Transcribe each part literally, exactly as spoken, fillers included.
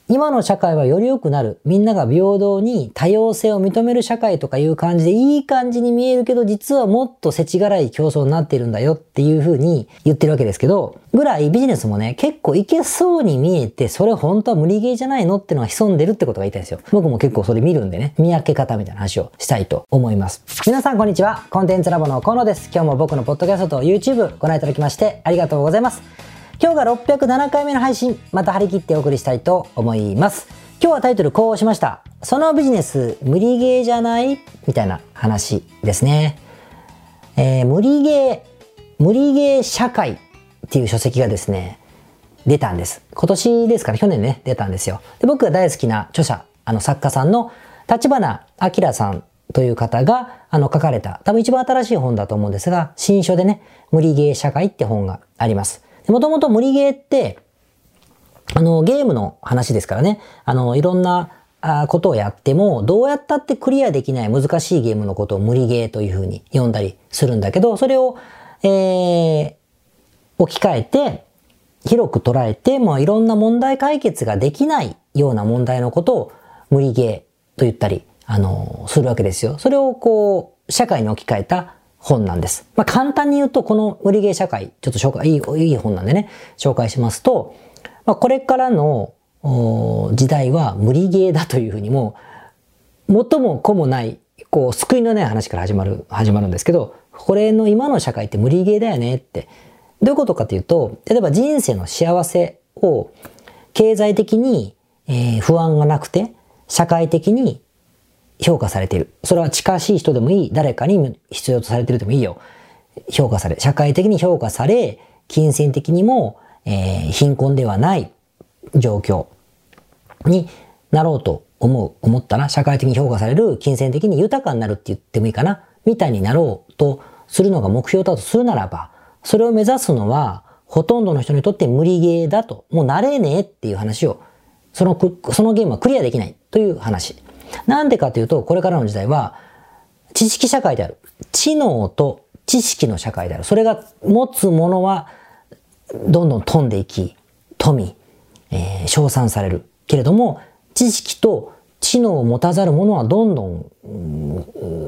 今の社会はより良くなる。みんなが平等に多様性を認める社会とかいう感じでいい感じに見えるけど、実はもっと世知辛い競争になってるんだよっていう風に言ってるわけですけど、ぐらいビジネスもね、結構いけそうに見えて、それ本当は無理ゲーじゃないのってのが潜んでるってことが言いたいんですよ。僕も結構それ見るんでね、見分け方みたいな話をしたいと思います。皆さんこんにちは。コンテンツラボの河野です。今日も僕のポッドキャストと YouTube ご覧いただきましてありがとうございます。今日がろっぴゃくななかいめの配信、また張り切ってお送りしたいと思います。今日はタイトルこうしました。そのビジネス無理ゲーじゃないみたいな話ですね。えー、無理ゲー、無理ゲー社会っていう書籍がですね、出たんです。今年ですから、去年ね、出たんですよ。で、僕が大好きな著者、あの作家さんの立花明さんという方が、あの書かれた、多分一番新しい本だと思うんですが、新書でね、無理ゲー社会って本があります。もともと無理ゲーって、あの、ゲームの話ですからね。あの、いろんなあことをやっても、どうやったってクリアできない難しいゲームのことを無理ゲーというふうに呼んだりするんだけど、それを、えー、置き換えて、広く捉えて、もういろんな問題解決ができないような問題のことを無理ゲーと言ったり、あの、するわけですよ。それをこう、社会に置き換えた本なんです。まあ、簡単に言うと、この無理ゲー社会、ちょっと紹介、いい、いい本なんでね、紹介しますと、まあ、これからの時代は無理ゲーだというふうにも、最も子もない、こう、救いのない話から始まる、始まるんですけど、これの今の社会って無理ゲーだよねって。どういうことかというと、例えば人生の幸せを経済的に、えー、不安がなくて、社会的に評価されている。それは近しい人でもいい、誰かに必要とされているでもいいよ。評価され、社会的に評価され、金銭的にも、えー、貧困ではない状況になろうと思う、思ったら、社会的に評価される、金銭的に豊かになるって言ってもいいかな、みたいになろうとするのが目標だとするならば、それを目指すのは、ほとんどの人にとって無理ゲーだと、もうなれねえっていう話を、その、そのゲームはクリアできないという話。なんでかというと、これからの時代は、知識社会である。知能と知識の社会である。それが持つものは、どんどん飛んでいき、富、えー、称賛される。けれども、知識と知能を持たざる者はどんどん、うん、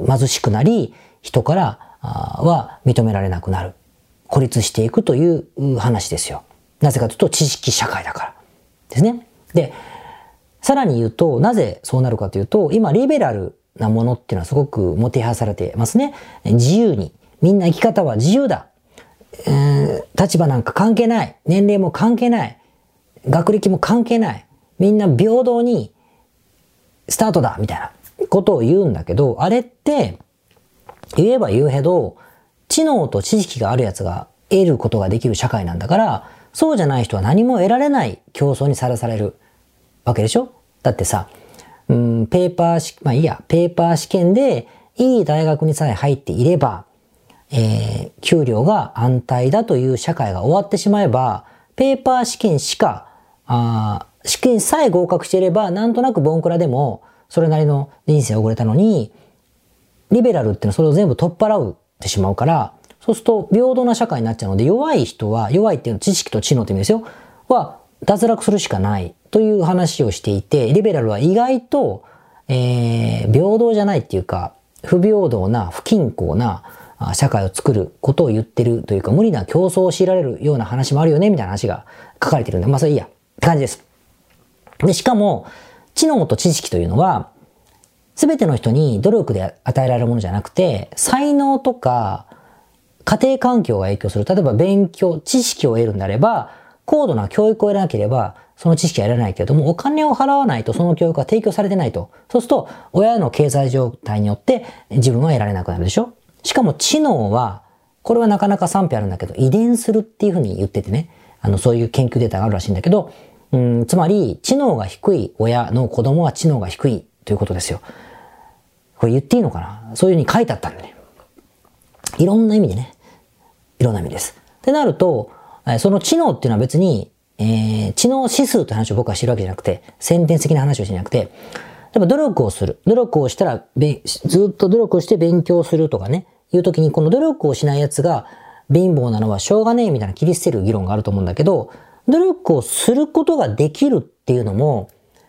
貧しくなり、人からは認められなくなる。孤立していくという話ですよ。なぜかというと、知識社会だから。ですね。で、さらに言うと、なぜそうなるかというと、今、リベラルなものっていうのはすごくもてはやされてますね。自由に。みんな生き方は自由だ。えー、立場なんか関係ない。年齢も関係ない。学歴も関係ない。みんな平等にスタートだみたいなことを言うんだけど、あれって言えば言うほど知能と知識があるやつが得ることができる社会なんだから、そうじゃない人は何も得られない競争にさらされるわけでしょ。だってさ、うん、ペーパーし、まあいいや、ペーパー試験でいい大学にさえ入っていれば、えー、給料が安泰だという社会が終わってしまえば、ペーパー試験しか、あ試験さえ合格していれば、なんとなくボンクラでも、それなりの人生を送れたのに、リベラルっていうのはそれを全部取っ払うってしまうから、そうすると平等な社会になっちゃうので、弱い人は、弱いっていうのは知識と知能って意味ですよ、は脱落するしかないという話をしていて、リベラルは意外と、えー、平等じゃないっていうか、不平等な、不均衡な、社会を作ることを言ってるというか、無理な競争を強いられるような話もあるよね、みたいな話が書かれてるんで、まあそれいいや、って感じです。で、しかも、知能と知識というのは、すべての人に努力で与えられるものじゃなくて、才能とか、家庭環境が影響する。例えば勉強、知識を得るんであれば、高度な教育を得なければ、その知識は得られないけれども、お金を払わないとその教育は提供されてないと。そうすると、親の経済状態によって自分は得られなくなるでしょ。しかも知能は、これはなかなか賛否あるんだけど、遺伝するっていうふうに言っててね、あの、そういう研究データがあるらしいんだけど、うん、つまり、知能が低い親の子供は知能が低いということですよ。これ言っていいのかな？そういうふうに書いてあったんだね。いろんな意味でね。いろんな意味です。ってなると、その知能っていうのは別に、えー、知能指数という話を僕はしてるわけじゃなくて、先天的な話をしなくて、例えば努力をする。努力をしたら、ずっと努力をして勉強するとかね、いうときに、この努力をしない奴が貧乏なのはしょうがねえみたいな切り捨てる議論があると思うんだけど、努力をすることができるっていうのも、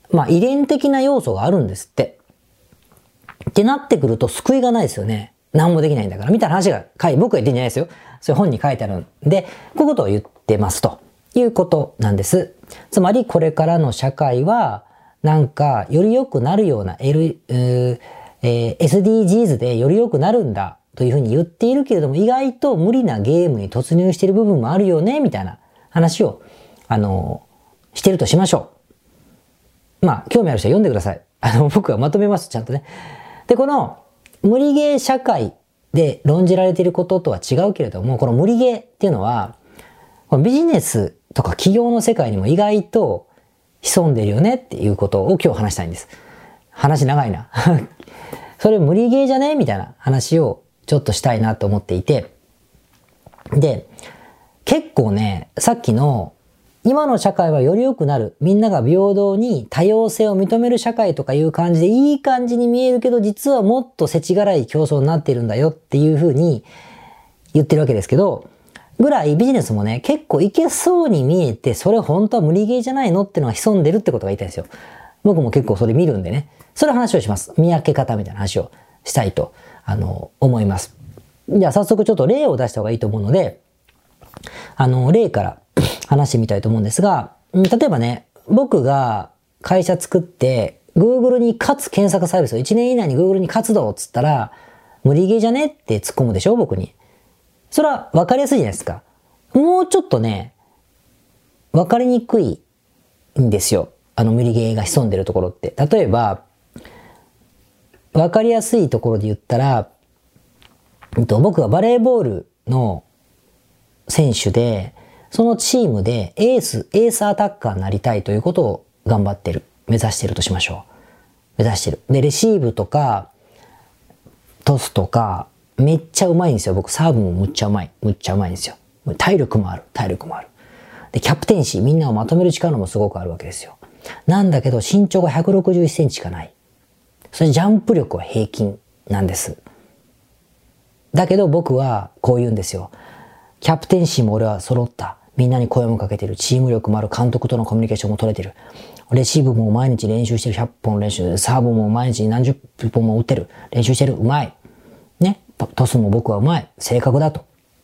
まあ遺伝的な要素があるんですって。ってなってくると救いがないですよね。何もできないんだから。みたいな話が、僕が言ってんじゃないですよ。そういう本に書いてあるんで、こういうことを言ってますということなんです。つまりこれからの社会は、なんかより良くなるような、L えー、エスディージーズ でより良くなるんだというふうに言っているけれども、意外と無理なゲームに突入している部分もあるよね、みたいな話を、あの、してるとしましょう。まあ、興味ある人は読んでください。あの、僕はまとめます、ちゃんとね。で、この無理ゲー社会で論じられていることとは違うけれども、この無理ゲーっていうのは、このビジネスとか企業の世界にも意外と潜んでるよねっていうことを今日話したいんです。話長いな。それ無理ゲーじゃねみたいな話をちょっとしたいなと思っていて。で、結構ね、さっきの今の社会はより良くなる。みんなが平等に多様性を認める社会とかいう感じでいい感じに見えるけど、実はもっと世知辛い競争になっているんだよっていうふうに言ってるわけですけど、ぐらいビジネスもね、結構いけそうに見えて、それ本当は無理ゲーじゃないのってのが潜んでるってことが言いたいんですよ。僕も結構それ見るんでね。それ話をします。見分け方みたいな話をしたいと、あの、思います。じゃあ早速ちょっと例を出した方がいいと思うので、あの、例から話してみたいと思うんですが、例えばね、僕が会社作って、Google に勝つ検索サービスをいちねん以内に Google に活動っつったら、無理ゲーじゃねって突っ込むでしょ僕に。それは分かりやすいじゃないですか。もうちょっとね、分かりにくいんですよ。あの無理ゲーが潜んでるところって。例えば、分かりやすいところで言ったら、僕がバレーボールの選手で、そのチームでエース、エースアタッカーになりたいということを頑張ってる。目指してるとしましょう。目指してる。で、レシーブとか、トスとか、めっちゃうまいんですよ。僕、サーブもむっちゃうまい。むっちゃうまいんですよ。体力もある。体力もある。で、キャプテンシー、みんなをまとめる力もすごくあるわけですよ。なんだけど、身長がひゃくろくじゅういっセンチしかない。それジャンプ力は平均なんです。だけど僕はこう言うんですよ。キャプテンシーも俺は揃った。みんなに声もかけてる。チーム力もある。監督とのコミュニケーションも取れてる。レシーブも毎日練習してる。ひゃっぽん練習。サーブも毎日何十本も打ってる。練習してる。うまい。ね。トスも僕はうまい。正確だと。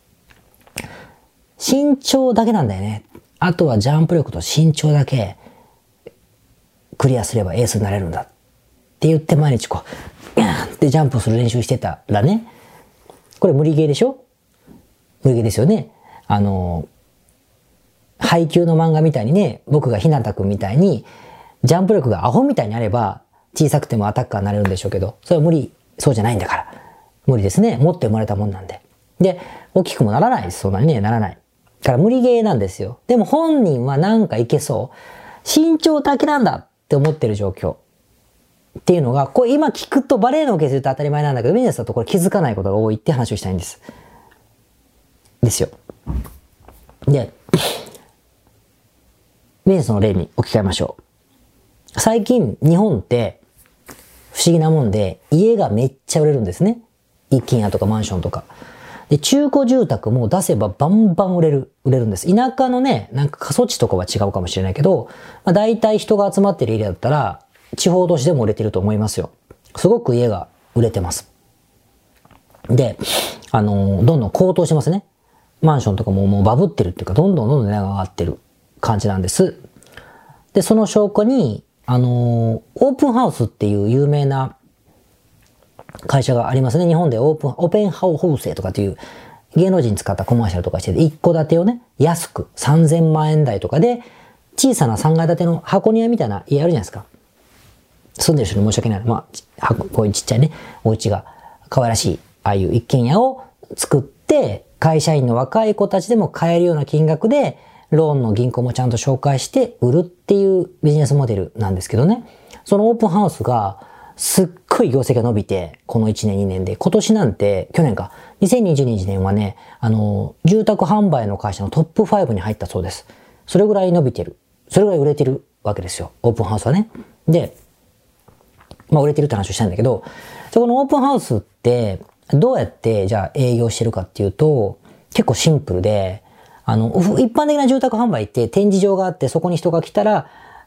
身長だけなんだよね。あとはジャンプ力と身長だけクリアすればエースになれるんだ。って言って毎日こう、ギャーンってジャンプをする練習してたらね。これ無理ゲーでしょ？無理ゲーですよね。あの、配給の漫画みたいにね、僕がひなたくんみたいに、ジャンプ力がアホみたいにあれば、小さくてもアタッカーになれるんでしょうけど、それは無理、そうじゃないんだから。無理ですね。持って生まれたもんなんで。で、大きくもならないです。そんなにね、ならない。だから無理ゲーなんですよ。でも本人はなんかいけそう。身長だけなんだって思ってる状況。っていうのが、これ今聞くとバレーのケースで言うと当たり前なんだけど、ビジネスだとこれ気づかないことが多いって話をしたいんです。ですよ。で、ビジネスの例に置き換えましょう。最近、日本って不思議なもんで、家がめっちゃ売れるんですね。一軒家とかマンションとか。で、中古住宅も出せばバンバン売れる、売れるんです。田舎のね、なんか過疎地とかは違うかもしれないけど、まあ、大体人が集まってるエリアだったら、地方都市でも売れてると思いますよ。すごく家が売れてます。で、あのー、どんどん高騰してますね。マンションとかももうバブってるっていうか、どんどんどんどん値段が上がってる感じなんです。で、その証拠に、あのー、オープンハウスっていう有名な会社がありますね。日本でオープン、オープンハウスとかっていう芸能人使ったコマーシャルとかしてて、一戸建てをね、安くさんぜんまんえん台とかで、小さなさんがい建ての箱庭みたいな家あるじゃないですか。住んでる人に申し訳ない。まあ、こういうちっちゃいね、お家が可愛らしい、ああいう一軒家を作って、会社員の若い子たちでも買えるような金額で、ローンの銀行もちゃんと紹介して売るっていうビジネスモデルなんですけどね。そのオープンハウスが、すっごい業績が伸びて、このいちねんにねんで、今年なんて、去年か、にせんにじゅうにねんはね、あの、住宅販売の会社のトップファイブに入ったそうです。それぐらい伸びてる。それぐらい売れてるわけですよ。オープンハウスはね。で、まあ売れてるって話をしたいんだけど、このオープンハウスってどうやってじゃあ営業してるかっていうと、結構シンプルで、あの、一般的な住宅販売って展示場があってそこに人が来たら、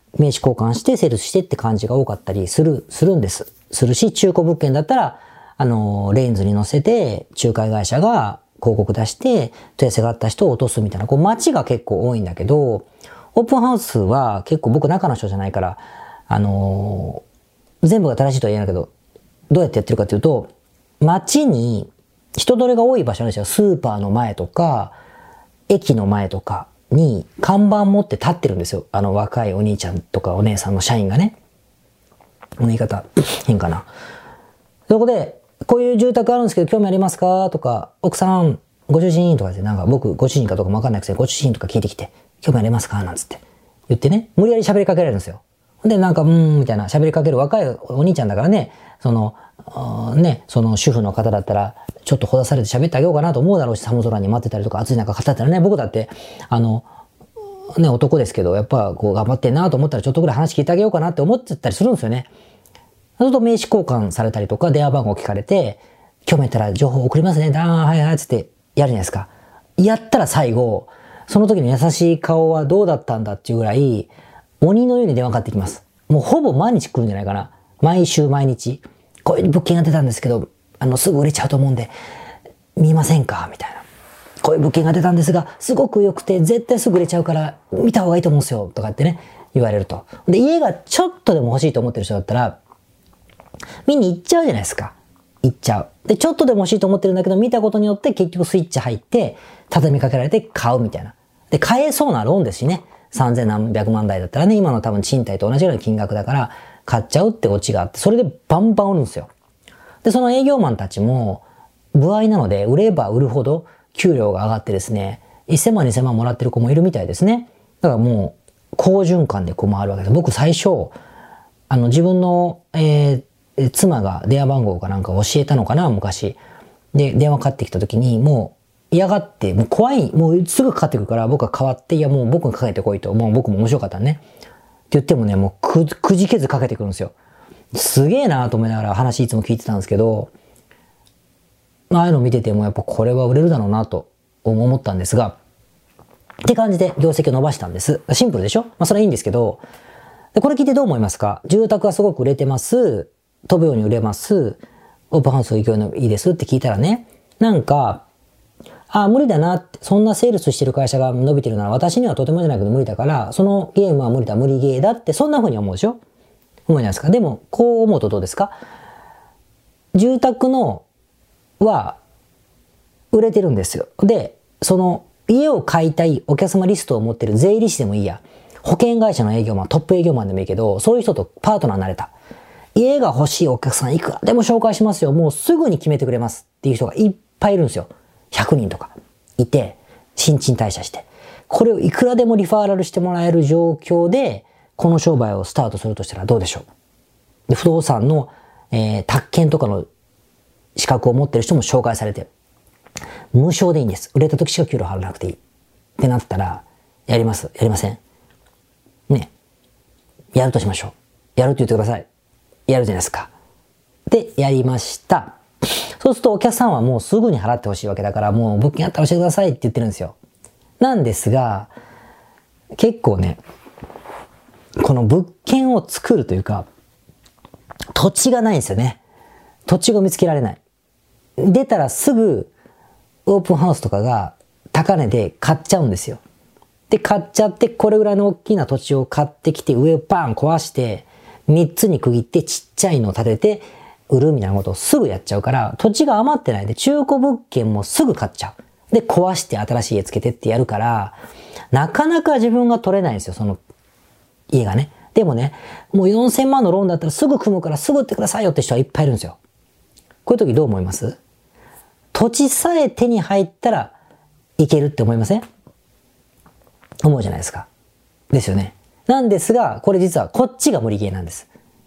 名刺交換してセールスしてって感じが多かったりする、するんです。するし、中古物件だったら、あの、レンズに載せて、仲介会社が広告出して、問い合わせがあった人を落とすみたいな、こう街が結構多いんだけど、オープンハウスは結構僕中の人じゃないから、あのー、全部が正しいとは言えないけど、どうやってやってるかというと、街に人通りが多い場所なんですよ。スーパーの前とか、駅の前とかに看板持って立ってるんですよ。あの若いお兄ちゃんとかお姉さんの社員がね。この言い方変かな。そこで、こういう住宅あるんですけど興味ありますかとか、奥さん、ご主人とかでなんか僕ご主人かどうかもわかんないくせにご主人とか聞いてきて、興味ありますかなんつって言ってね、無理やり喋りかけられるんですよ。で、なんか、うーん、みたいな喋りかける若いお兄ちゃんだからね、その、ね、その主婦の方だったら、ちょっとほだされて喋ってあげようかなと思うだろうし、寒空に待ってたりとか、暑い中語ったらね、僕だって、あの、ね、男ですけど、やっぱこう頑張ってんなと思ったらちょっとぐらい話聞いてあげようかなって思ってたりするんですよね。そうすると名刺交換されたりとか、電話番号聞かれて、興味あったら情報送りますね、ああ、はいはい、つってやるじゃないですか。やったら最後、その時の優しい顔はどうだったんだっていうぐらい、鬼のように電話かかってきます。もうほぼ毎日来るんじゃないかな。毎週毎日。こういう物件が出たんですけど、あの、すぐ売れちゃうと思うんで、見ませんかみたいな。こういう物件が出たんですが、すごく良くて、絶対すぐ売れちゃうから、見た方がいいと思うんですよ。とかってね、言われると。で、家がちょっとでも欲しいと思ってる人だったら、見に行っちゃうじゃないですか。行っちゃう。で、ちょっとでも欲しいと思ってるんだけど、見たことによって結局スイッチ入って、畳みかけられて買うみたいな。で、買えそうなローンですしね。さんぜんなんびゃくまん台だったらね、今の多分賃貸と同じような金額だから、買っちゃうってオチがあって、それでバンバン売るんですよ。で、その営業マンたちも、歩合なので、売れば売るほど給料が上がってですね、せんまんにせんまんもらってる子もいるみたいですね。だからもう、好循環でこう回るわけです。僕最初、あの、自分の、えー、妻が電話番号かなんか教えたのかな、昔。で、電話かかってきた時に、もう、嫌がって、もう怖い、もうすぐかかってくるから僕は変わって、いやもう僕にかけてこいと、もう僕も面白かったね。って言ってもね、もうく、くじけずかけてくるんですよ。すげえなと思いながら話いつも聞いてたんですけど、ああいうの見ててもやっぱこれは売れるだろうなと思ったんですが、って感じで業績を伸ばしたんです。シンプルでしょ？まあそれはいいんですけど、でこれ聞いてどう思いますか？住宅はすごく売れてます。飛ぶように売れます。オープンハウス勢いのいいですって聞いたらね、なんか、ああ、無理だなって、そんなセールスしてる会社が伸びてるなら私にはとてもじゃないけど無理だから、そのゲームは無理だ、無理ゲーだって、そんな風に思うでしょ？思うじゃないですか。でも、こう思うとどうですか？住宅の、は、売れてるんですよ。で、その、家を買いたいお客様リストを持ってる税理士でもいいや。保険会社の営業マン、トップ営業マンでもいいけど、そういう人とパートナーになれた。家が欲しいお客さんいくらでも紹介しますよ。もうすぐに決めてくれますっていう人がいっぱいいるんですよ。ひゃくにんとかいて、新陳代謝して。これをいくらでもリファーラルしてもらえる状況で、この商売をスタートするとしたらどうでしょう。で不動産の、えー、宅建とかの資格を持ってる人も紹介されて、無償でいいんです。売れた時しか給料払わなくていい。ってなったら、やります？やりません？ね。やるとしましょう。やると言ってください。やるじゃないですか。で、やりました。そうするとお客さんはもうすぐに払ってほしいわけだから、もう物件あったら教えてくださいって言ってるんですよ。なんですが、結構ね、この物件を作るというか、土地がないんですよね。土地が見つけられない。出たらすぐオープンハウスとかが高値で買っちゃうんですよ。で、買っちゃって、これぐらいの大きな土地を買ってきて、上をバーン壊して、三つに区切ってちっちゃいのを建てて、売るみたいなことをすぐやっちゃうから、土地が余ってないで中古物件もすぐ買っちゃう。で、壊して新しい家つけてってやるから、なかなか自分が取れないんですよ、その家がね。でもね、もうよんせんまんのローンだったらすぐ組むからすぐ売ってくださいよって人はいっぱいいるんですよ。こういう時どう思います？土地さえ手に入ったらいけるって思いません？思うじゃないですか。ですよね。なんですが、これ実はこっちが無理ゲーなんです。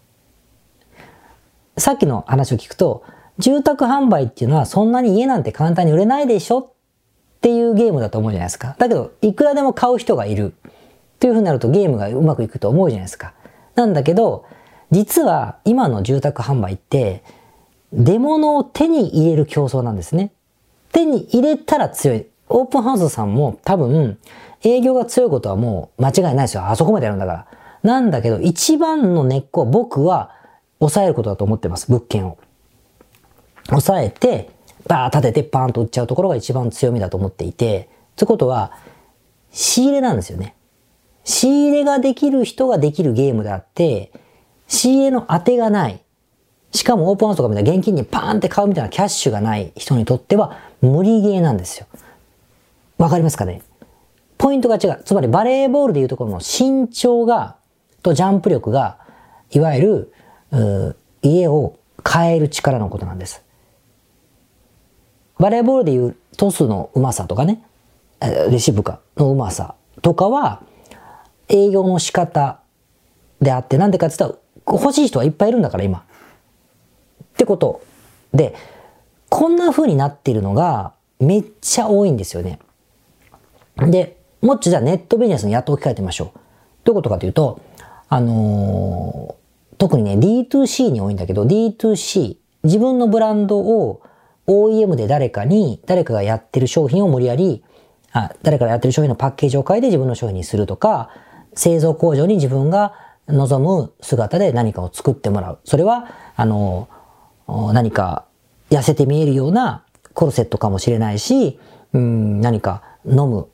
さっきの話を聞くと、住宅販売っていうのはそんなに家なんて簡単に売れないでしょっていうゲームだと思うじゃないですか。だけど、いくらでも買う人がいるっていう風になるとゲームがうまくいくと思うじゃないですか。なんだけど、実は今の住宅販売って、出物を手に入れる競争なんですね。手に入れたら強い。オープンハウスさんも多分、営業が強いことはもう間違いないですよ。あそこまでやるんだから。 なんだけど、一番の根っこは僕は抑えることだと思ってます、物件を。抑えて、バー立ててパーンと売っちゃうところが一番強みだと思っていて、ということは、仕入れなんですよね。仕入れができる人ができるゲームであって、仕入れの当てがない。しかもオープンハウスとかみたいな現金にパーンって買うみたいなキャッシュがない人にとっては無理ゲーなんですよ。わかりますかね？ポイントが違う。つまりバレーボールでいうところの身長が、とジャンプ力が、いわゆる、家を変える力のことなんです。バレーボールでいうトスのうまさとかね、レシーブかのうまさとかは、営業の仕方であって、なんでかって言ったら、欲しい人はいっぱいいるんだから今。ってことで、こんな風になっているのがめっちゃ多いんですよね。で、もっちじゃあネットビジネスにやっと置き換えてみましょう。どういうことかというと、あのー、特にね、ディーツーシー に多いんだけど、ディーツーシー、自分のブランドを オーイーエム で誰かに、誰かがやってる商品を無理やり、あ、誰かがやってる商品のパッケージを変えて自分の商品にするとか、製造工場に自分が望む姿で何かを作ってもらう。それは、あのー、何か痩せて見えるようなコルセットかもしれないし、うん、何か飲む、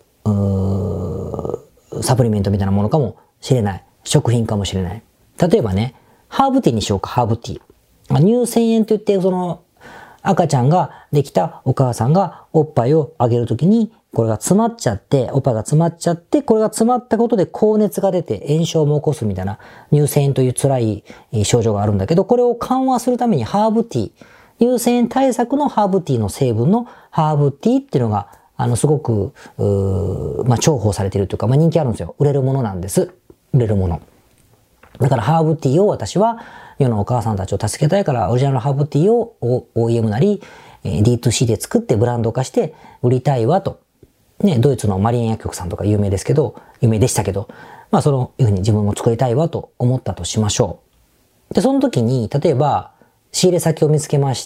サプリメントみたいなものかもしれない。食品かもしれない。例えばね、ハーブティーにしようか、ハーブティー。乳腺炎といって、その、赤ちゃんができたお母さんがおっぱいをあげるときに、これが詰まっちゃって、おっぱいが詰まっちゃって、これが詰まったことで高熱が出て炎症も起こすみたいな乳腺炎という辛い症状があるんだけど、これを緩和するためにハーブティー、乳腺炎対策のハーブティーの成分のハーブティーっていうのが、あの、すごく、まあ、重宝されているというか、まあ、人気あるんですよ。売れるものなんです。売れるもの。だからハーブティーを私は世のお母さんたちを助けたいからオリジナルのハーブティーを オーイーエム なり ディーツーシー で作ってブランド化して売りたいわと。ね、ドイツのマリエン薬局さんとか有名ですけど、有名でしたけど、まあそのいうふうに自分も作りたいわと思ったとしましょう。で、その時に、例えば仕入れ先を見つけました。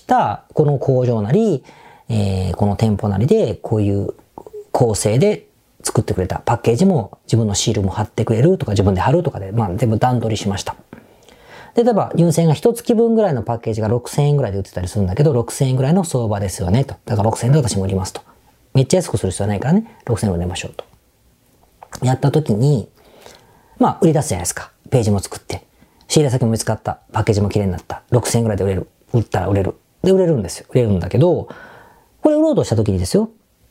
この工場なり、えー、この店舗なりでこういう構成で作ってくれた。パッケージも自分のシールも貼ってくれるとか自分で貼るとかで、まあ全部段取りしました。で、例えば乳腺が一月分ぐらいのパッケージがろくせんえんぐらいで売ってたりするんだけど、ろくせんえんぐらいの相場ですよねと。だからろくせんえんで私も売りますと。めっちゃ安くする必要はないからね、ろくせんえんで売りましょうと。やった時に、まあ売り出すじゃないですか。ページも作って。仕入れ先も見つかった。パッケージも綺麗になった。ろくせんえんぐらいで売れる。売ったら売れる。で、売れるんですよ。売れるんだけど、これ売ろうとした時にですよ。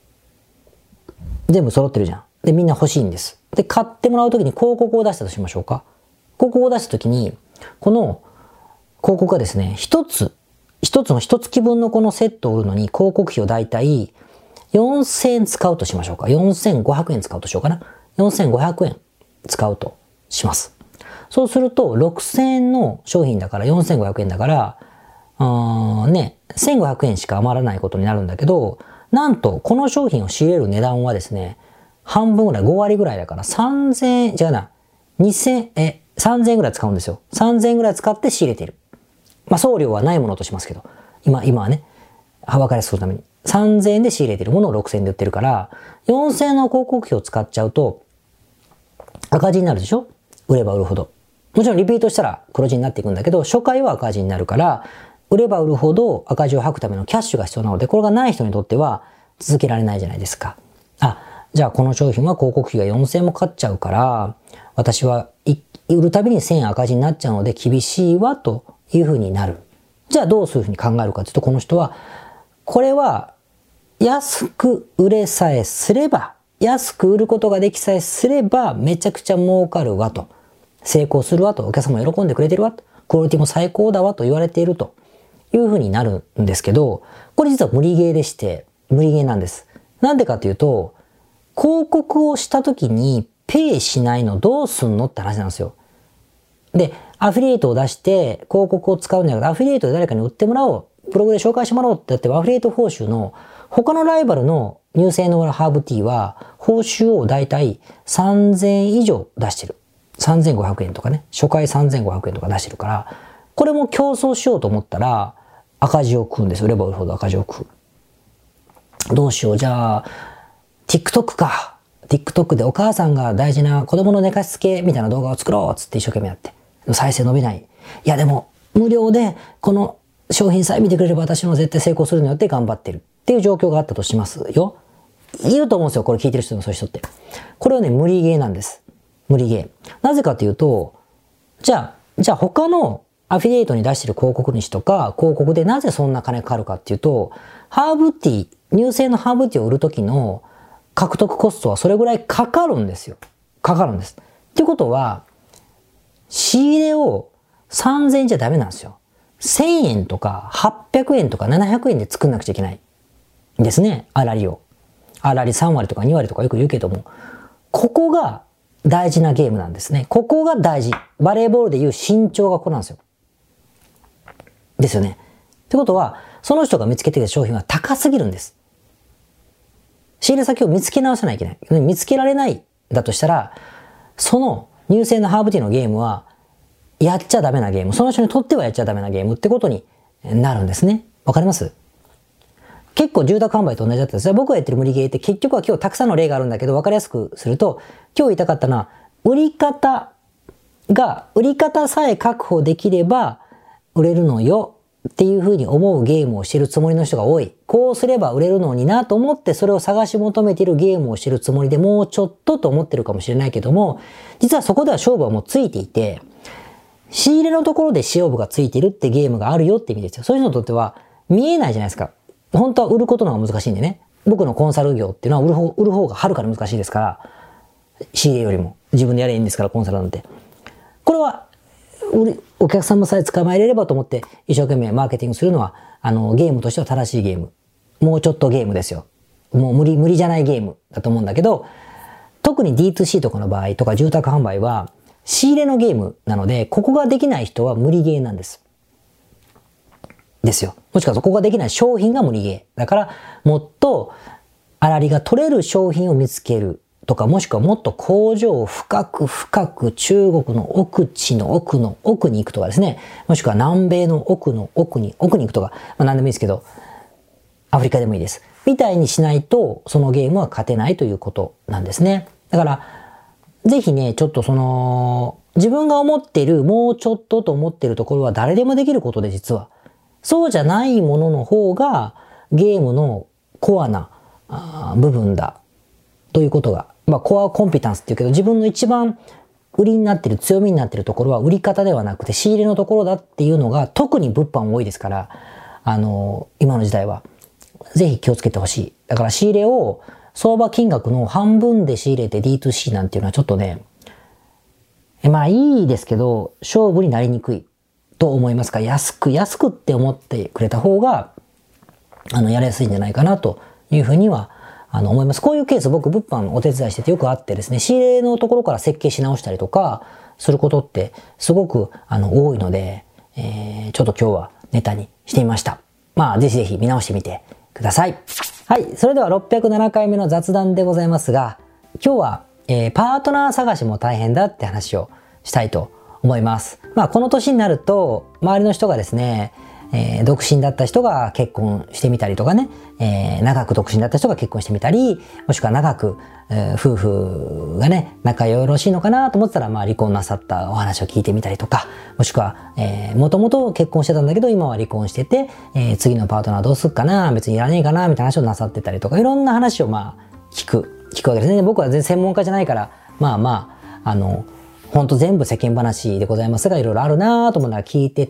全部揃ってるじゃん。で、みんな欲しいんです。で、買ってもらうときに広告を出したとしましょうか。広告を出したときに、この広告がですね、一つ、一つの一月分のこのセットを売るのに広告費をだいたいよんせんえん使うとしましょうか。よんせんごひゃくえん使うとしようかな。よんせんごひゃくえん使うとします。そうすると、ろくせんえんの商品だからよんせんごひゃくえんだから、うーんね、せんごひゃくえんしか余らないことになるんだけど、なんと、この商品を仕入れる値段はですね、半分ぐらい、ごわりぐらいだからさんぜんえん、違うな、にせん、え、さんぜんえんぐらい使うんですよ。さんぜんえんぐらい使って仕入れている。まあ、送料はないものとしますけど、今、今はね、分かりやすくするために。さんぜんえんで仕入れているものをろくせんえんで売ってるから、よんせんえんの広告費を使っちゃうと、赤字になるでしょ？売れば売るほど。もちろんリピートしたら黒字になっていくんだけど、初回は赤字になるから、売れば売るほど赤字を吐くためのキャッシュが必要なので、これがない人にとっては続けられないじゃないですか。あ、じゃあこの商品は広告費がよんせんえんもかかっちゃうから、私は売るたびにせんえん赤字になっちゃうので厳しいわというふうになる。じゃあどうするふうに考えるかというと、この人は、これは安く売れさえすれば、安く売ることができさえすれば、めちゃくちゃ儲かるわと。成功するわと。お客様喜んでくれてるわと。クオリティも最高だわと言われているというふうになるんですけど、これ実は無理ゲーでして、無理ゲーなんです。なんでかというと、広告をした時にペイしないのどうすんのって話なんですよ。で、アフィリエイトを出して広告を使うんじゃなくて、アフィリエイトで誰かに売ってもらおう。ブログで紹介してもらおうってやって、アフィリエイト報酬の他のライバルの乳製のハーブティーは報酬をだいたいさんぜんえん以上出してる。さんぜんごひゃくえんとかね。初回さんぜんごひゃくえんとか出してるから、これも競争しようと思ったら赤字を食うんです。売れば売るほど赤字を食う。どうしよう。じゃあ、TikTok か。 TikTok でお母さんが大事な子供の寝かしつけみたいな動画を作ろうっつって一生懸命やって。再生伸びない。いやでも、無料でこの商品さえ見てくれれば私も絶対成功するのよって頑張ってるっていう状況があったとしますよ。いると思うんですよ。これ聞いてる人もそういう人って。これはね、無理ゲーなんです。無理ゲー。なぜかというと、じゃあ、じゃあ他のアフィリエイトに出してる広告主とか広告でなぜそんな金かかるかっていうと、ハーブティー、乳製のハーブティーを売るときの獲得コストはそれぐらいかかるんですよ。かかるんです。っていうことは、仕入れをさんぜんえんじゃダメなんですよ。せんえんとかはっぴゃくえんとかななひゃくえんで作んなくちゃいけないんですね。あらりを。あらりさんわりとかにわりとかよく言うけども、ここが大事なゲームなんですね。ここが大事。バレーボールでいう身長がここなんですよ。ですよね。ってことは、その人が見つけてきた商品は高すぎるんです。仕入れ先を見つけ直さないといけない。見つけられないだとしたら、その乳製のハーブティーのゲームは、やっちゃダメなゲーム。その人にとってはやっちゃダメなゲームってことになるんですね。わかります？結構住宅販売と同じだったんです。僕がやってる無理ゲーって結局は今日たくさんの例があるんだけど、わかりやすくすると、今日言いたかったのは、売り方が、売り方さえ確保できれば売れるのよっていうふうに思うゲームをしてるつもりの人が多い。こうすれば売れるのになと思ってそれを探し求めているゲームをしてるつもりでもうちょっとと思ってるかもしれないけども、実はそこでは勝負はもうついていて、仕入れのところで勝負がついてるってゲームがあるよって意味ですよ。そういう人にとっては見えないじゃないですか。本当は売ることの方が難しいんでね。僕のコンサル業っていうのは売る方、売る方がはるかに難しいですから、仕入れよりも自分でやればいいんですから、コンサルなんて。これは、お客さんもさえ捕まえれればと思って一生懸命マーケティングするのは、あの、ゲームとしては正しいゲーム。もうちょっとゲームですよ。もう無理、無理じゃないゲームだと思うんだけど、特に ディーツーシー とかの場合とか住宅販売は、仕入れのゲームなので、ここができない人は無理ゲーなんです。ですよ。もしくはそこができない商品が無理ゲー。だから、もっと、粗利が取れる商品を見つけるとか、もしくはもっと工場を深く深く中国の奥地の奥の奥に行くとかですね。もしくは南米の奥の奥に、奥に行くとか、まあ何でもいいですけど、アフリカでもいいです。みたいにしないと、そのゲームは勝てないということなんですね。だから、ぜひね、ちょっとその、自分が思っている、もうちょっとと思っているところは誰でもできることで実は。そうじゃないものの方が、ゲームのコアな部分だ。ということが、まあ、コアコンピタンスっていうけど、自分の一番売りになっている、強みになっているところは売り方ではなくて仕入れのところだっていうのが、特に物販多いですから、あの、今の時代は、ぜひ気をつけてほしい。だから仕入れを、相場金額の半分で仕入れて ディーツーシー なんていうのはちょっとね、まあいいですけど、勝負になりにくいと思いますから、安く安くって思ってくれた方が、あの、やりやすいんじゃないかなというふうには、あの、思います。こういうケース僕物販お手伝いしててよくあってですね、仕入れのところから設計し直したりとか、することってすごく、あの、多いので、えー、ちょっと今日はネタにしてみました。まあ、ぜひぜひ見直してみてください。はい。それではろっぴゃくななかいめの雑談でございますが、今日は、えー、パートナー探しも大変だって話をしたいと思います。まあ、この年になると、周りの人がですね、えー、独身だった人が結婚してみたりとかね、えー、長く独身だった人が結婚してみたり、もしくは長く、えー、夫婦がね、仲よろしいのかなと思ってたら、まあ離婚なさったお話を聞いてみたりとか、もしくは、えー、もともと結婚してたんだけど、今は離婚してて、えー、次のパートナーどうすっかな、別にいらねえかな、みたいな話をなさってたりとか、いろんな話をまあ、聞く、聞くわけですね。僕は全然専門家じゃないから、まあまあ、あの、ほんと全部世間話でございますが、いろいろあるなぁと思うのは聞いてって、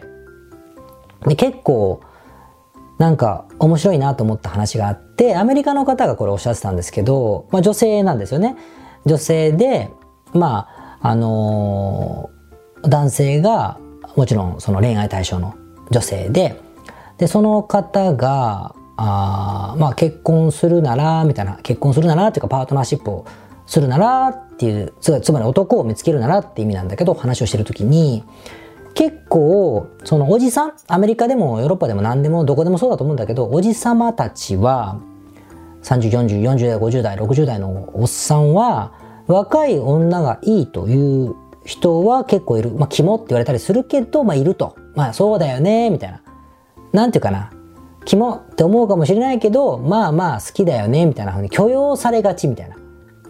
で、結構、なんか面白いなと思った話があって、アメリカの方がこれおっしゃってたんですけど、まあ女性なんですよね。女性で、まあ、あのー、男性が、もちろんその恋愛対象の女性で、で、その方が、あまあ結婚するなら、みたいな、結婚するならっていうかパートナーシップをするならっていう、つまり男を見つけるならって意味なんだけど、話をしてるときに、結構、そのおじさん、アメリカでもヨーロッパでも何でもどこでもそうだと思うんだけど、おじさまたちは、さんじゅう、よんじゅう、よんじゅう代、ごじゅう代、ろくじゅう代のおっさんは、若い女がいいという人は結構いる。まあ、キモって言われたりするけど、まあ、いると。まあ、そうだよね、みたいな。なんていうかな。キモって思うかもしれないけど、まあまあ好きだよね、みたいな風に許容されがちみたいな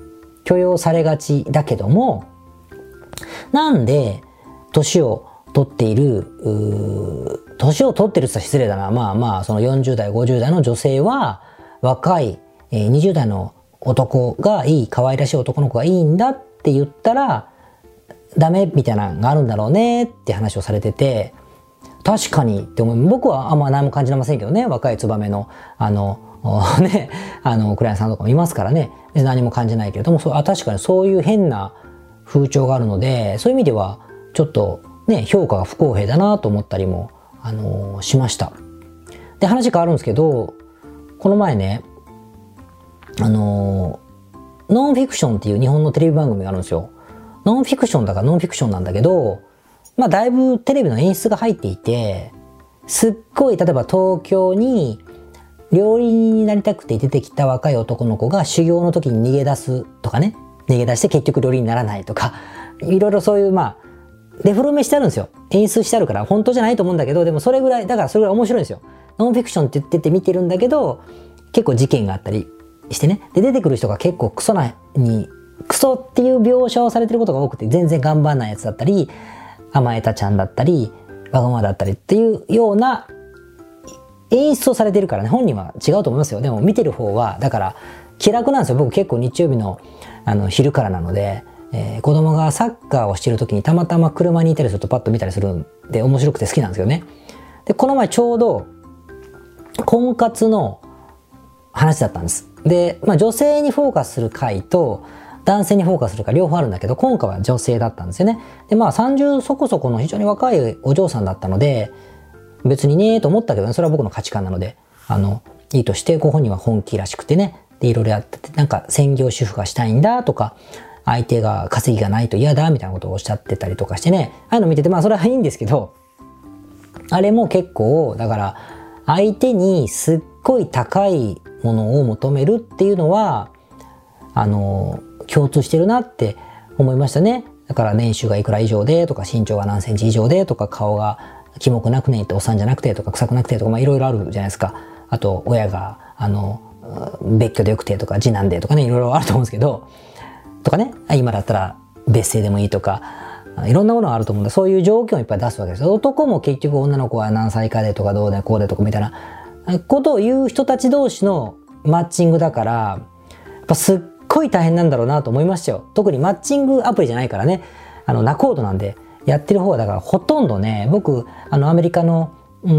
許容されがちだけども、なんで年を取っている、年を取ってるって言ったら失礼だな。まあまあ、そのよんじゅう代、ごじゅう代の女性は、若い、えー、にじゅう代の男がいい、可愛らしい男の子がいいんだって言ったら、ダメみたいなのがあるんだろうねって話をされてて、確かにって思う。僕はあんま何も感じませんけどね。若いツバメの、あの、ね、あの、クライアントさんとかもいますからね。何も感じないけれども、そう、あ、確かにそういう変な風潮があるので、そういう意味では、ちょっとね、評価が不公平だなと思ったりも、あのー、しました。で、話変わるんですけど、この前ね、あのー、ノンフィクションっていう日本のテレビ番組があるんですよ。ノンフィクションだからノンフィクションなんだけど、まあだいぶテレビの演出が入っていて、すっごい、例えば東京に料理人になりたくて出てきた若い男の子が修行の時に逃げ出すとかね、逃げ出して結局料理人にならないとか、いろいろそういうまあ、デフォルメしてあるんですよ。演出してあるから、本当じゃないと思うんだけど、でもそれぐらい、だからそれぐらい面白いんですよ。ノンフィクションって言ってて見てるんだけど、結構事件があったりしてね。で、出てくる人が結構クソなに、クソっていう描写をされてることが多くて、全然頑張んないやつだったり、甘えたちゃんだったり、わがままだったりっていうような演出をされてるからね、本人は違うと思いますよ。でも見てる方は、だから気楽なんですよ。僕結構日曜日のあの昼からなので、えー、子供がサッカーをしてる時にたまたま車にいたりするとパッと見たりするんで面白くて好きなんですよね。で、この前ちょうど婚活の話だったんです。で、まあ女性にフォーカスする回と男性にフォーカスする回両方あるんだけど、今回は女性だったんですよね。で、まあさんじゅうそこそこの非常に若いお嬢さんだったので、別にねーと思ったけどね、それは僕の価値観なので、あの、いいとして、ご本人は本気らしくてね、で、いろいろやってて、なんか専業主婦がしたいんだとか、相手が稼ぎがないと嫌だみたいなことをおっしゃってたりとかしてね、ああいうの見てて、まあそれはいいんですけど、あれも結構、だから、相手にすっごい高いものを求めるっていうのは、あの、共通してるなって思いましたね。だから年収がいくら以上でとか、身長が何センチ以上でとか、顔がキモくなくねっておっさんじゃなくてとか、臭くなくてとか、まあいろいろあるじゃないですか。あと、親が、あの、別居でよくてとか、次男でとかね、いろいろあると思うんですけど、とかね、今だったら別姓でもいいとか、いろんなものがあると思うんで、そういう条件をいっぱい出すわけですよ。男も結局女の子は何歳以下でとかどうでこうでとかみたいなことを言う人たち同士のマッチングだから、やっぱすっごい大変なんだろうなと思いましたよ。特にマッチングアプリじゃないからね、あの、ナコードなんで、やってる方はだからほとんどね、僕、あの、アメリカの、うん、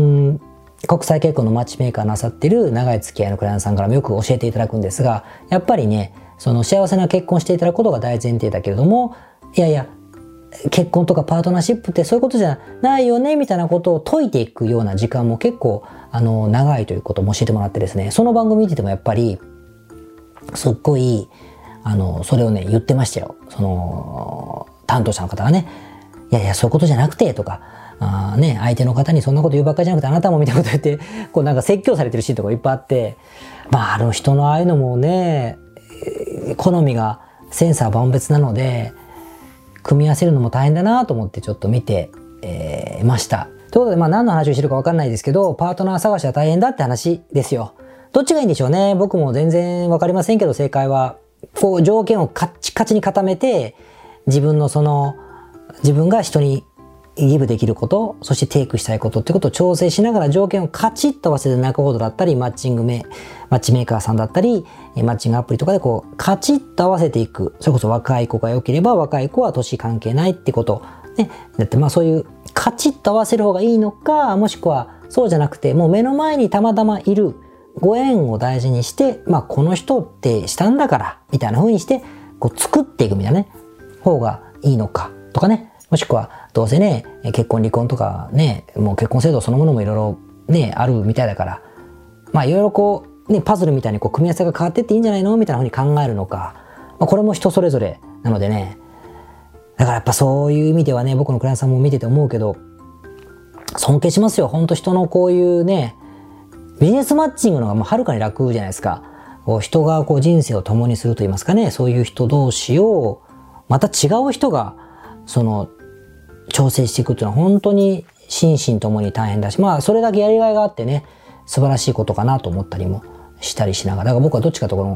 国際結婚のマッチメーカーなさってる長い付き合いのクライアントさんからもよく教えていただくんですが、やっぱりね、その幸せな結婚していただくことが大前提だけれども、いやいや、結婚とかパートナーシップってそういうことじゃないよねみたいなことを解いていくような時間も結構あの長いということも教えてもらってですね、その番組見ててもやっぱりすっごいあのそれをね言ってましたよ。その担当者の方がね、いやいやそういうことじゃなくてとか、あね、相手の方にそんなこと言うばっかりじゃなくてあなたもみたいなこと言ってこうなんか説教されてるシーンとかいっぱいあって、まああの人のああいうのもね好みが千差万別なので組み合わせるのも大変だなと思ってちょっと見て、えー、ました。ということでまあ何の話をしてるか分かんないですけど、パートナー探しは大変だって話ですよ。どっちがいいんでしょうね。僕も全然分かりませんけど、正解はこう条件をカッチカチに固めて自分のその自分が人にギブできること、そしてテイクしたいことってことを調整しながら条件をカチッと合わせて仲人だったりマッチングメマッチメーカーさんだったりマッチングアプリとかでこうカチッと合わせていく。それこそ若い子が良ければ若い子は年関係ないってことね。だってまあそういうカチッと合わせる方がいいのか、もしくはそうじゃなくてもう目の前にたまたまいるご縁を大事にして、まあこの人ってしたんだからみたいな風にしてこう作っていくみたいなね方がいいのかとかね。もしくはどうせね結婚離婚とかねもう結婚制度そのものもいろいろねあるみたいだから、まあいろいろこうねパズルみたいにこう組み合わせが変わってっていいんじゃないのみたいな風に考えるのか、まあ、これも人それぞれなのでね。だからやっぱそういう意味ではね、僕のクライアントさんも見てて思うけど尊敬しますよ。本当人のこういうねビジネスマッチングの方がもうはるかに楽じゃないですか。こう人がこう人生を共にすると言いますかね、そういう人同士をまた違う人がその調整していくっていうのは本当に心身ともに大変だし、まあそれだけやりがいがあってね素晴らしいことかなと思ったりもしたりしながら、だから僕はどっちかとこの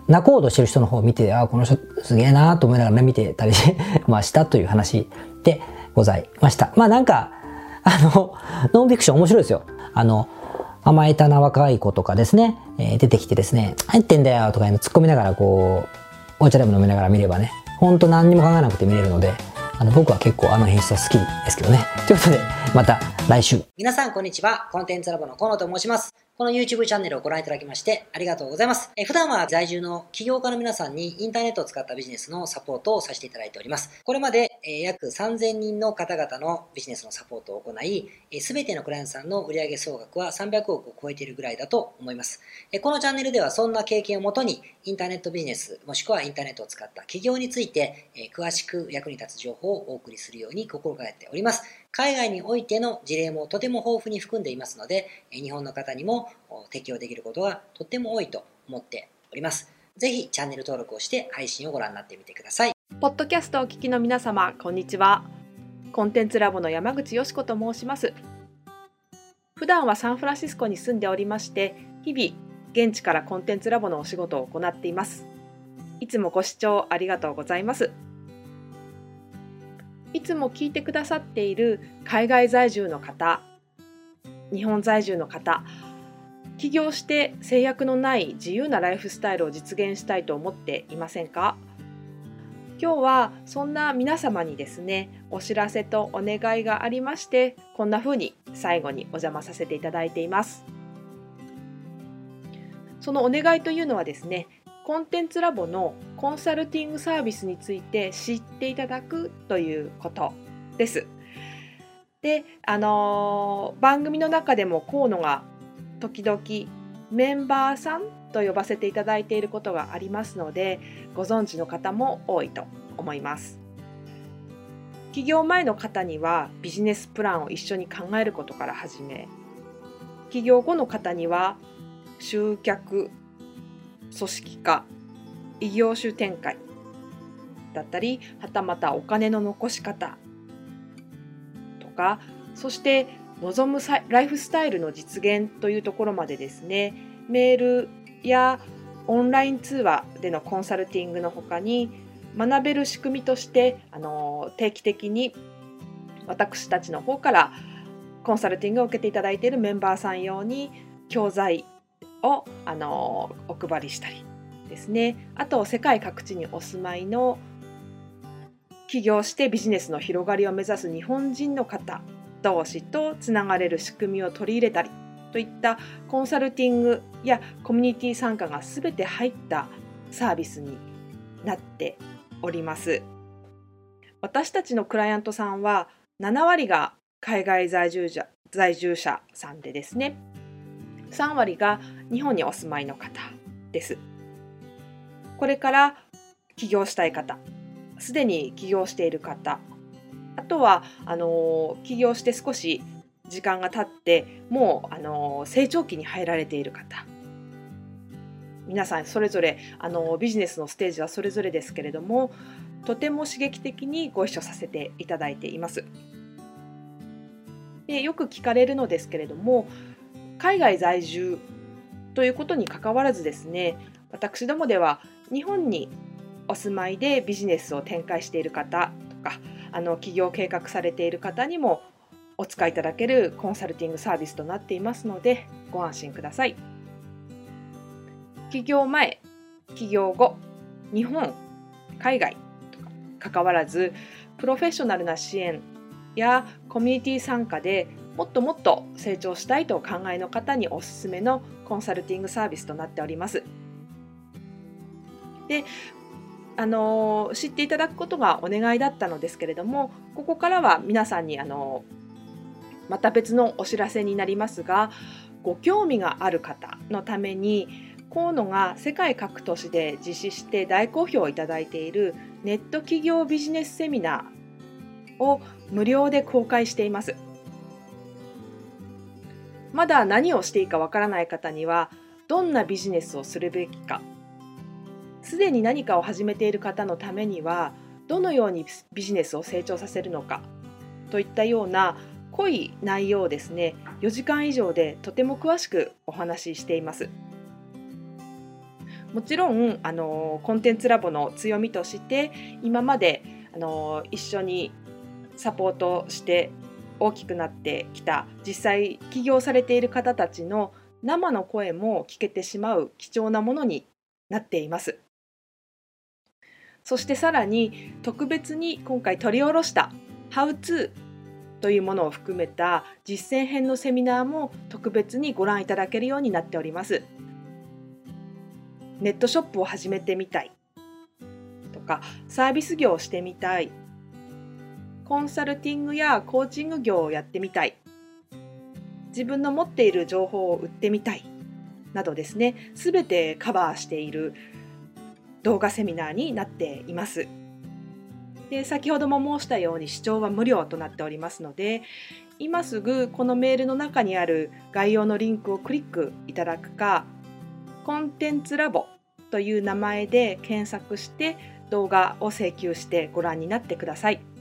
仲人してる人の方を見て、ああ、この人すげえなーと思いながらね、見てたりまあしたという話でございました。まあなんか、あの、ノンフィクション面白いですよ。あの、甘えたな若い子とかですね、えー、出てきてですね、入ってんだよとか突っ込みながらこう、お茶でも飲みながら見ればね、ほんと何にも考えなくて見れるので、あの僕は結構あの品質は好きですけどね。ということで、また来週。皆さんこんにちは。コンテンツラボの河野と申します。この YouTube チャンネルをご覧いただきましてありがとうございます。え普段は在住の起業家の皆さんにインターネットを使ったビジネスのサポートをさせていただいております。これまでえ約さんぜんにんの方々のビジネスのサポートを行い、すべてのクライアントさんの売上総額はさんびゃくおくを超えているぐらいだと思います。このチャンネルではそんな経験をもとにインターネットビジネスもしくはインターネットを使った起業について詳しく役に立つ情報をお送りするように心がけております。海外においての事例もとても豊富に含んでいますので、日本の方にも適用できることがとっても多いと思っております。ぜひチャンネル登録をして配信をご覧になってみてください。 ポッドキャストをお聞きの皆様、こんにちは。コンテンツラボの山口よし子と申します。普段はサンフランシスコに住んでおりまして、日々現地からコンテンツラボのお仕事を行っています。いつもご視聴ありがとうございます。いつも聞いてくださっている海外在住の方、日本在住の方、起業して制約のない自由なライフスタイルを実現したいと思っていませんか？今日はそんな皆様にですね、お知らせとお願いがありまして、こんな風に最後にお邪魔させていただいています。そのお願いというのはですね、コンテンツラボのコンサルティングサービスについて知っていただくということです。で、あのー、番組の中でも河野が時々メンバーさんと呼ばせていただいていることがありますので、ご存知の方も多いと思います。起業前の方にはビジネスプランを一緒に考えることから始め、起業後の方には集客、組織化、異業種展開だったり、はたまたお金の残し方とか、そして望むライフスタイルの実現というところまでですね、メールやオンライン通話でのコンサルティングの他に、学べる仕組みとしてあの定期的に私たちの方からコンサルティングを受けていただいているメンバーさん用に教材をあのお配りしたりですね、あと世界各地にお住まいの起業してビジネスの広がりを目指す日本人の方同士とつながれる仕組みを取り入れたりといったコンサルティングやコミュニティ参加がすべて入ったサービスになっております。私たちのクライアントさんはななわりが海外在住者、在住者さんでですね、さんわりが日本にお住まいの方です。これから起業したい方、すでに起業している方、あとはあの起業して少し時間が経ってもうあの成長期に入られている方、皆さんそれぞれあのビジネスのステージはそれぞれですけれども、とても刺激的にご一緒させていただいています。で、よく聞かれるのですけれども、海外在住ということにかかわらずですね、私どもでは日本にお住まいでビジネスを展開している方とか、あの起業計画されている方にもお使いいただけるコンサルティングサービスとなっていますので、ご安心ください。起業前、起業後、日本、海外とか関わらず、プロフェッショナルな支援やコミュニティ参加でもっともっと成長したいとお考えの方におすすめのコンサルティングサービスとなっております。で、あの知っていただくことがお願いだったのですけれども、ここからは皆さんにあのまた別のお知らせになりますが、ご興味がある方のために河野が世界各都市で実施して大好評をいただいているネット企業ビジネスセミナーを無料で公開しています。まだ何をしていいかわからない方には、どんなビジネスをするべきか、すでに何かを始めている方のためにはどのようにビジネスを成長させるのかといったような濃い内容をですね、よじかん以上でとても詳しくお話ししています。 もちろんあのコンテンツラボの強みとして今まであの一緒にサポートして大きくなってきた実際起業されている方たちの生の声も聞けてしまう貴重なものになっています。そしてさらに特別に今回取り下ろした「ハウツー」というものを含めた実践編のセミナーも特別にご覧いただけるようになっております。ネットショップを始めてみたいとか、サービス業をしてみたい、コンサルティングやコーチング業をやってみたい、自分の持っている情報を売ってみたいなどですね、すべてカバーしている動画セミナーになっています。で、先ほども申したように視聴は無料となっておりますので、今すぐこのメールの中にある概要のリンクをクリックいただくか、コンテンツラボという名前で検索して動画を請求してご覧になってください。